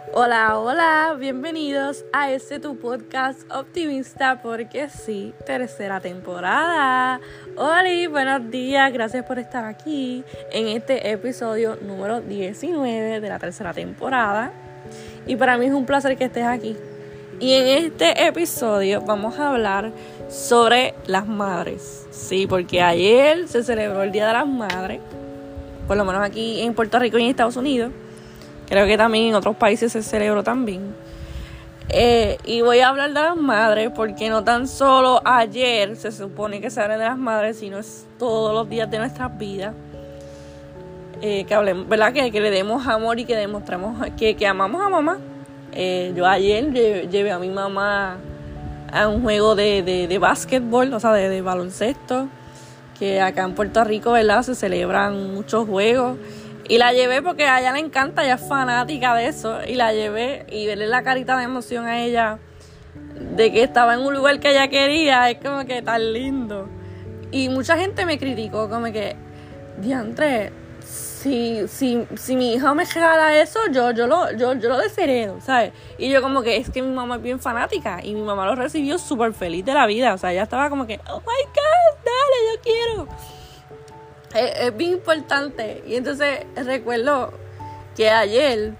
Hola, hola, bienvenidos a tu podcast optimista porque sí, tercera temporada. Hola, buenos días, gracias por estar aquí en este episodio número 19 de la tercera temporada. Y para mí es un placer que estés aquí. Y en este episodio vamos a hablar sobre las madres. Sí, porque ayer se celebró el Día de las Madres, por lo menos aquí en Puerto Rico y en Estados Unidos. Creo que también en otros países se celebró también. Y voy a hablar de las madres porque no tan solo ayer se supone que se habla de las madres, sino es todos los días de nuestras vidas. Que hablemos, ¿verdad? Que le demos amor y que demostremos que amamos a mamá. Yo ayer llevé a mi mamá a un juego de básquetbol, o sea, de baloncesto, que acá en Puerto Rico, ¿verdad? Se celebran muchos juegos. Y la llevé porque a ella le encanta, ella es fanática de eso. Y la llevé y verle la carita de emoción a ella de que estaba en un lugar que ella quería, es como que tan lindo. Y mucha gente me criticó, como que, diantre, si mi hija me regala eso, yo lo desheredo, ¿sabes? Y yo como que es que mi mamá es bien fanática y mi mamá lo recibió súper feliz de la vida. O sea, ella estaba como que, oh my God, dale, yo quiero. Es bien importante. Y entonces recuerdo que ayer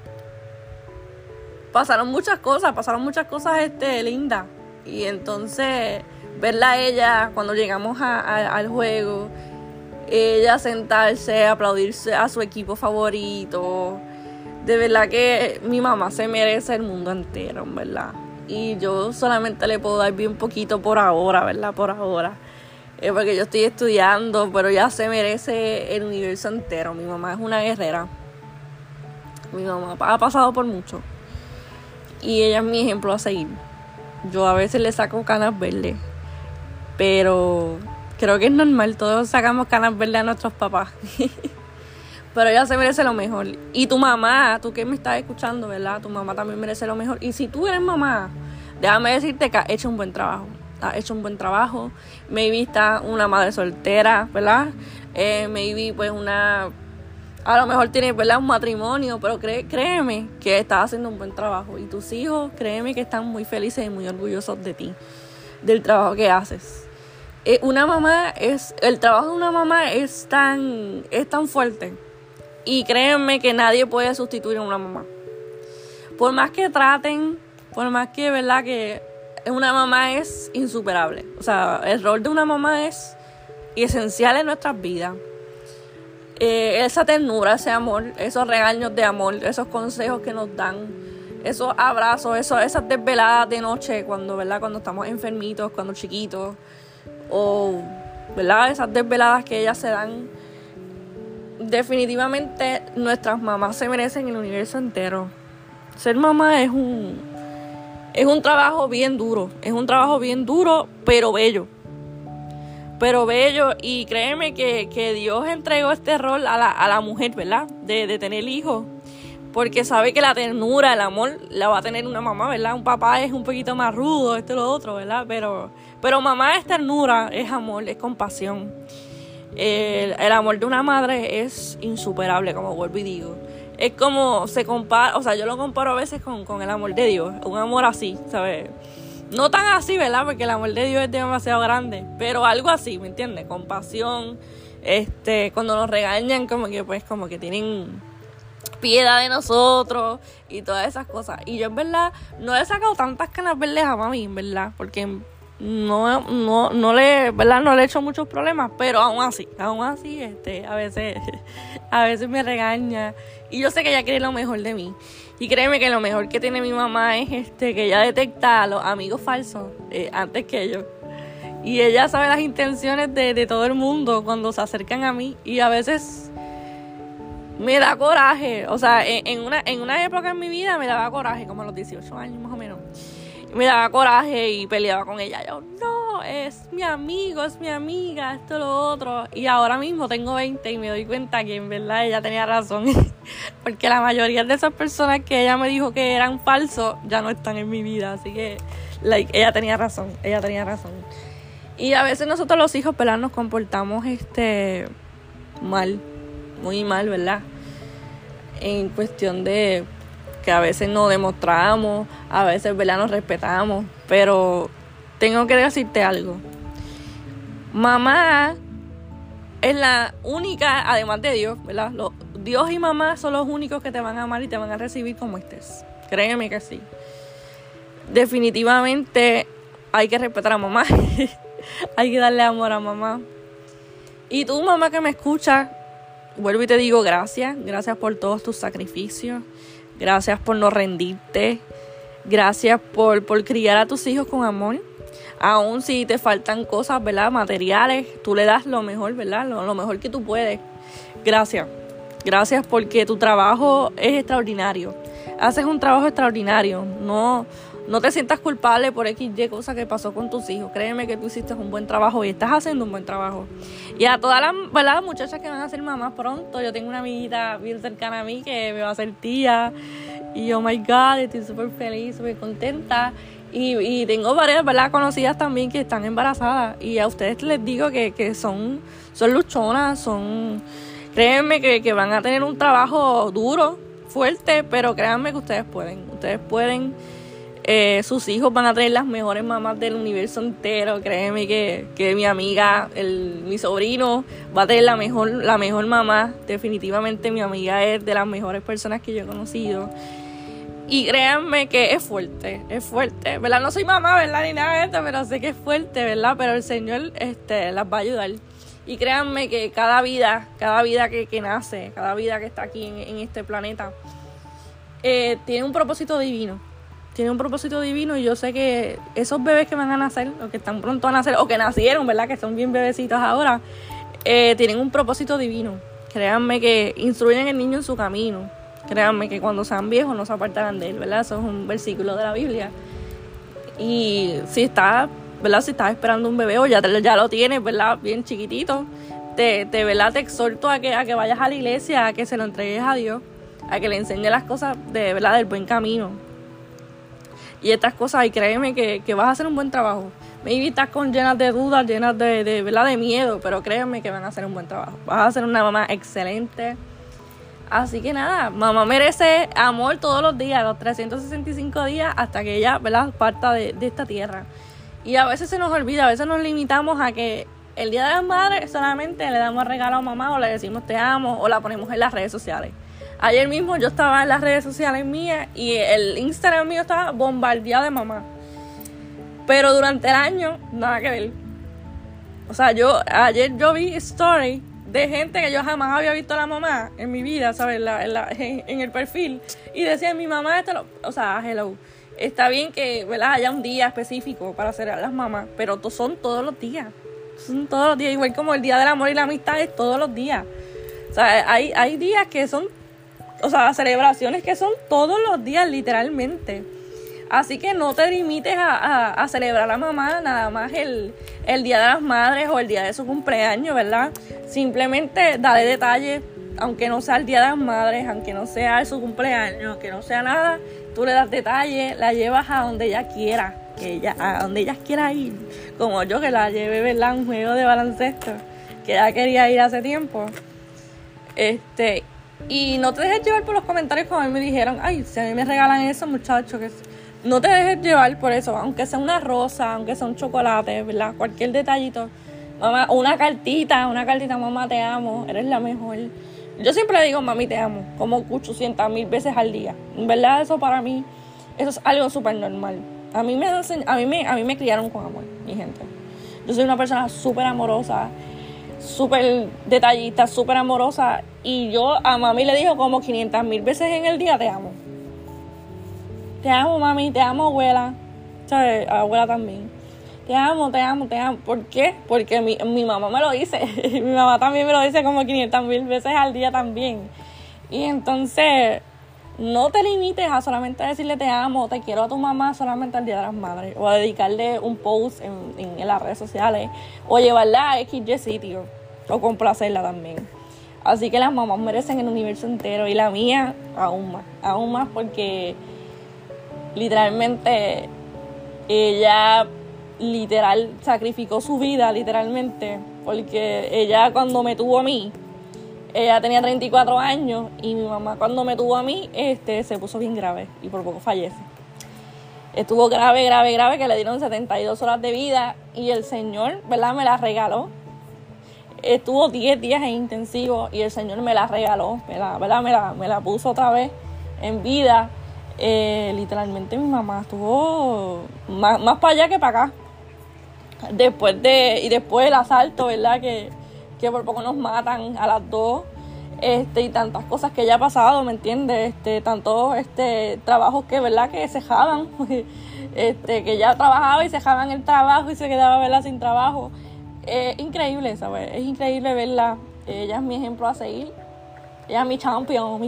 pasaron muchas cosas lindas. Y entonces verla a ella cuando llegamos al juego, ella sentarse, aplaudirse a su equipo favorito. De verdad que mi mamá se merece el mundo entero, ¿verdad? Y yo solamente le puedo dar bien poquito por ahora, ¿verdad? Por ahora. Porque yo estoy estudiando, pero ella se merece el universo entero. Mi mamá es una guerrera. Mi mamá ha pasado por mucho. Y ella es mi ejemplo a seguir. Yo a veces le saco canas verdes. Pero creo que es normal. Todos sacamos canas verdes a nuestros papás. Pero ella se merece lo mejor. Y tu mamá, tú que me estás escuchando, ¿verdad? Tu mamá también merece lo mejor. Y si tú eres mamá, déjame decirte que has hecho un buen trabajo. Has hecho un buen trabajo. Maybe está una madre soltera, ¿verdad? Maybe pues a lo mejor tienes, ¿verdad?, un matrimonio, pero créeme que estás haciendo un buen trabajo. Y tus hijos, créeme que están muy felices y muy orgullosos de ti, del trabajo que haces. El trabajo de una mamá es tan fuerte. Y créeme que nadie puede sustituir a una mamá. Por más que traten, por más que, ¿verdad?, que una mamá es insuperable. O sea, el rol de una mamá es esencial en nuestras vidas. Esa ternura, ese amor, esos regaños de amor, esos consejos que nos dan, esos abrazos, esas desveladas de noche cuando estamos enfermitos, cuando chiquitos, o, ¿verdad?, esas desveladas que ellas se dan. Definitivamente nuestras mamás se merecen el universo entero. Ser mamá es un trabajo bien duro. Es un trabajo bien duro, pero bello. Pero bello. Y créeme que Dios entregó este rol a la mujer, ¿verdad? De tener hijos. Porque sabe que la ternura, el amor, la va a tener una mamá, ¿verdad? Un papá es un poquito más rudo, esto y lo otro, ¿verdad? Pero mamá es ternura, es amor, es compasión. El amor de una madre es insuperable, como vuelvo y digo. Es como se compara, o sea, yo lo comparo a veces con el amor de Dios. Un amor así, ¿sabes? No tan así, ¿verdad? Porque el amor de Dios es demasiado grande. Pero algo así, ¿me entiendes? Compasión. Cuando nos regañan, como que tienen piedad de nosotros y todas esas cosas. Y yo, en verdad, no he sacado tantas canas verdes a mami, en verdad. Porque no le he hecho muchos problemas, pero aún así, a veces me regaña. Y yo sé que ella quiere lo mejor de mí. Y créeme que lo mejor que tiene mi mamá es que ella detecta a los amigos falsos antes que yo. Y ella sabe las intenciones de todo el mundo cuando se acercan a mí. Y a veces me da coraje. O sea, en una época en mi vida me daba coraje, como a los 18 años más o menos. Me daba coraje y peleaba con ella. Yo, no, es mi amigo, es mi amiga, esto, lo otro. Y ahora mismo tengo 20 y me doy cuenta que en verdad ella tenía razón. Porque la mayoría de esas personas que ella me dijo que eran falsos ya no están en mi vida. Así que, ella tenía razón. Y a veces nosotros los hijos, ¿verdad?, nos comportamos mal, muy mal, ¿verdad? En cuestión de que a veces no demostramos, a veces, ¿verdad?, nos respetamos, pero tengo que decirte algo. Mamá es la única, además de Dios, ¿verdad? Dios y mamá son los únicos que te van a amar y te van a recibir como estés. Créeme que sí. Definitivamente hay que respetar a mamá. Hay que darle amor a mamá. Y tú, mamá, que me escuchas, vuelvo y te digo gracias. Gracias por todos tus sacrificios. Gracias por no rendirte. Gracias por criar a tus hijos con amor. Aún si te faltan cosas, ¿verdad?, materiales, tú le das lo mejor, ¿verdad?, lo mejor que tú puedes. Gracias. Gracias porque tu trabajo es extraordinario. Haces un trabajo extraordinario. No te sientas culpable por XY cosa que pasó con tus hijos. Créeme que tú hiciste un buen trabajo y estás haciendo un buen trabajo. Y a todas las, ¿verdad?, muchachas que van a ser mamás pronto. Yo tengo una amiguita bien cercana a mí que me va a ser tía. Y oh my God, estoy súper feliz, súper contenta. Y tengo varias, ¿verdad?, conocidas también que están embarazadas. Y a ustedes les digo que son luchonas, créanme que van a tener un trabajo duro, fuerte, pero créanme que ustedes pueden. Sus hijos van a tener las mejores mamás del universo entero. Créeme que mi amiga, mi sobrino, va a tener la mejor mamá. Definitivamente mi amiga es de las mejores personas que yo he conocido. Y créanme que es fuerte, ¿verdad? No soy mamá, ¿verdad?, ni nada de esto, pero sé que es fuerte, ¿verdad? Pero el Señor las va a ayudar. Y créanme que cada vida que nace, cada vida que está aquí en este planeta, tiene un propósito divino. Tiene un propósito divino y yo sé que esos bebés que van a nacer, o que están pronto a nacer, o que nacieron, ¿verdad?, que son bien bebecitos ahora, tienen un propósito divino. Créanme que instruyen al niño en su camino. Créanme que cuando sean viejos no se apartarán de él, ¿verdad? Eso es un versículo de la Biblia. Y si estás esperando un bebé o ya lo tienes, ¿verdad?, bien chiquitito, ¿verdad?, te exhorto a que vayas a la iglesia, a que se lo entregues a Dios, a que le enseñes las cosas ¿verdad?, del buen camino. Y estas cosas, y créeme que vas a hacer un buen trabajo. Maybe estás llenas de dudas, llenas de ¿verdad?, de miedo, pero créeme que van a hacer un buen trabajo. Vas a ser una mamá excelente. Así que nada, mamá merece amor todos los días, los 365 días, hasta que ella, ¿verdad?, parta de esta tierra. Y a veces se nos olvida, a veces nos limitamos a que el Día de las Madres solamente le damos regalo a mamá, o le decimos te amo, o la ponemos en las redes sociales. Ayer mismo yo estaba en las redes sociales mías y el Instagram mío estaba bombardeado de mamá. Pero durante el año, nada que ver. O sea, ayer yo vi story de gente que yo jamás había visto a la mamá en mi vida, ¿sabes? En el perfil. Y decían, mi mamá, hello. Está bien que, ¿verdad?, haya un día específico para hacer a las mamás, pero son todos los días. Son todos los días, igual como el Día del Amor y la Amistad es todos los días. O sea, hay días que son, celebraciones que son todos los días, literalmente. Así que no te limites a celebrar a la mamá nada más el Día de las Madres o el día de su cumpleaños, ¿verdad? Simplemente dale detalles, aunque no sea el Día de las Madres, aunque no sea su cumpleaños, aunque no sea nada, tú le das detalles, la llevas a donde ella quiera, a donde ella quiera ir. Como yo, que la llevé, ¿verdad?, a un juego de baloncesto, que ella quería ir hace tiempo. Y no te dejes llevar por los comentarios como a mí me dijeron, ay, si a mí me regalan eso, muchachos, no te dejes llevar por eso, aunque sea una rosa, aunque sea un chocolate, ¿verdad? Cualquier detallito. Mamá, una cartita, mamá, te amo, eres la mejor. Yo siempre le digo, mami, te amo, como 800,000 veces al día. En verdad, eso para mí, eso es algo súper normal. A mí me criaron con amor, mi gente. Yo soy una persona súper amorosa, súper detallista, súper amorosa. Y yo a mami le digo como 500,000 veces en el día, te amo. Te amo, mami, te amo, abuela. ¿Sabes? Abuela también. Te amo. ¿Por qué? Porque mi mamá me lo dice. Mi mamá también me lo dice como 500,000 veces al día también. Y entonces, no te limites a solamente decirle te amo, te quiero a tu mamá solamente al Día de las Madres. O a dedicarle un post en las redes sociales. O llevarla a XY sitio. O complacerla también. Así que las mamás merecen el universo entero. Y la mía, aún más porque literalmente ella sacrificó su vida literalmente, porque ella cuando me tuvo a mí, Ella tenía 34 años y mi mamá cuando me tuvo a mí, se puso bien grave y por poco fallece. Estuvo grave, que le dieron 72 horas de vida y el Señor, ¿verdad?, me la regaló. Estuvo 10 días en intensivo y el Señor me la regaló, me la puso otra vez en vida. Literalmente mi mamá estuvo más para allá que para acá. Después el asalto, ¿verdad?, que por poco nos matan a las dos, y tantas cosas que ya ha pasado, ¿me entiendes? Tantos trabajos que, ¿verdad?, que cejaban, que ya trabajaba y cejaban el trabajo y se quedaba, ¿verdad?, sin trabajo. Increíble, ¿sabes? Es increíble verla. Ella es mi ejemplo a seguir. Ella es mi champion.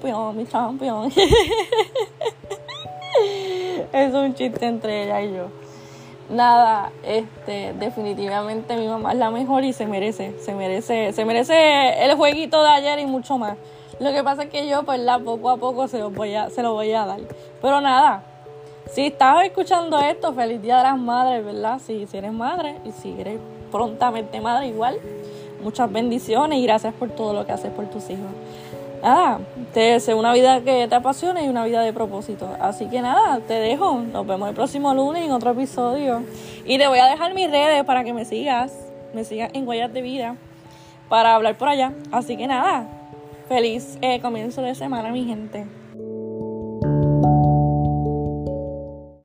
Es un chiste entre ella y yo. Nada, definitivamente mi mamá es la mejor y se merece el jueguito de ayer y mucho más. Lo que pasa es que yo, pues, poco a poco se lo voy a dar. Pero nada, si estás escuchando esto, feliz Día de las Madres, ¿verdad? Si eres madre y si eres prontamente madre igual, muchas bendiciones y gracias por todo lo que haces por tus hijos. Nada, te deseo una vida que te apasione y una vida de propósito. Así que nada, te dejo. Nos vemos el próximo lunes en otro episodio. Y te voy a dejar mis redes para que me sigas en Huellas de Vida para hablar por allá. Así que nada, feliz comienzo de semana, mi gente.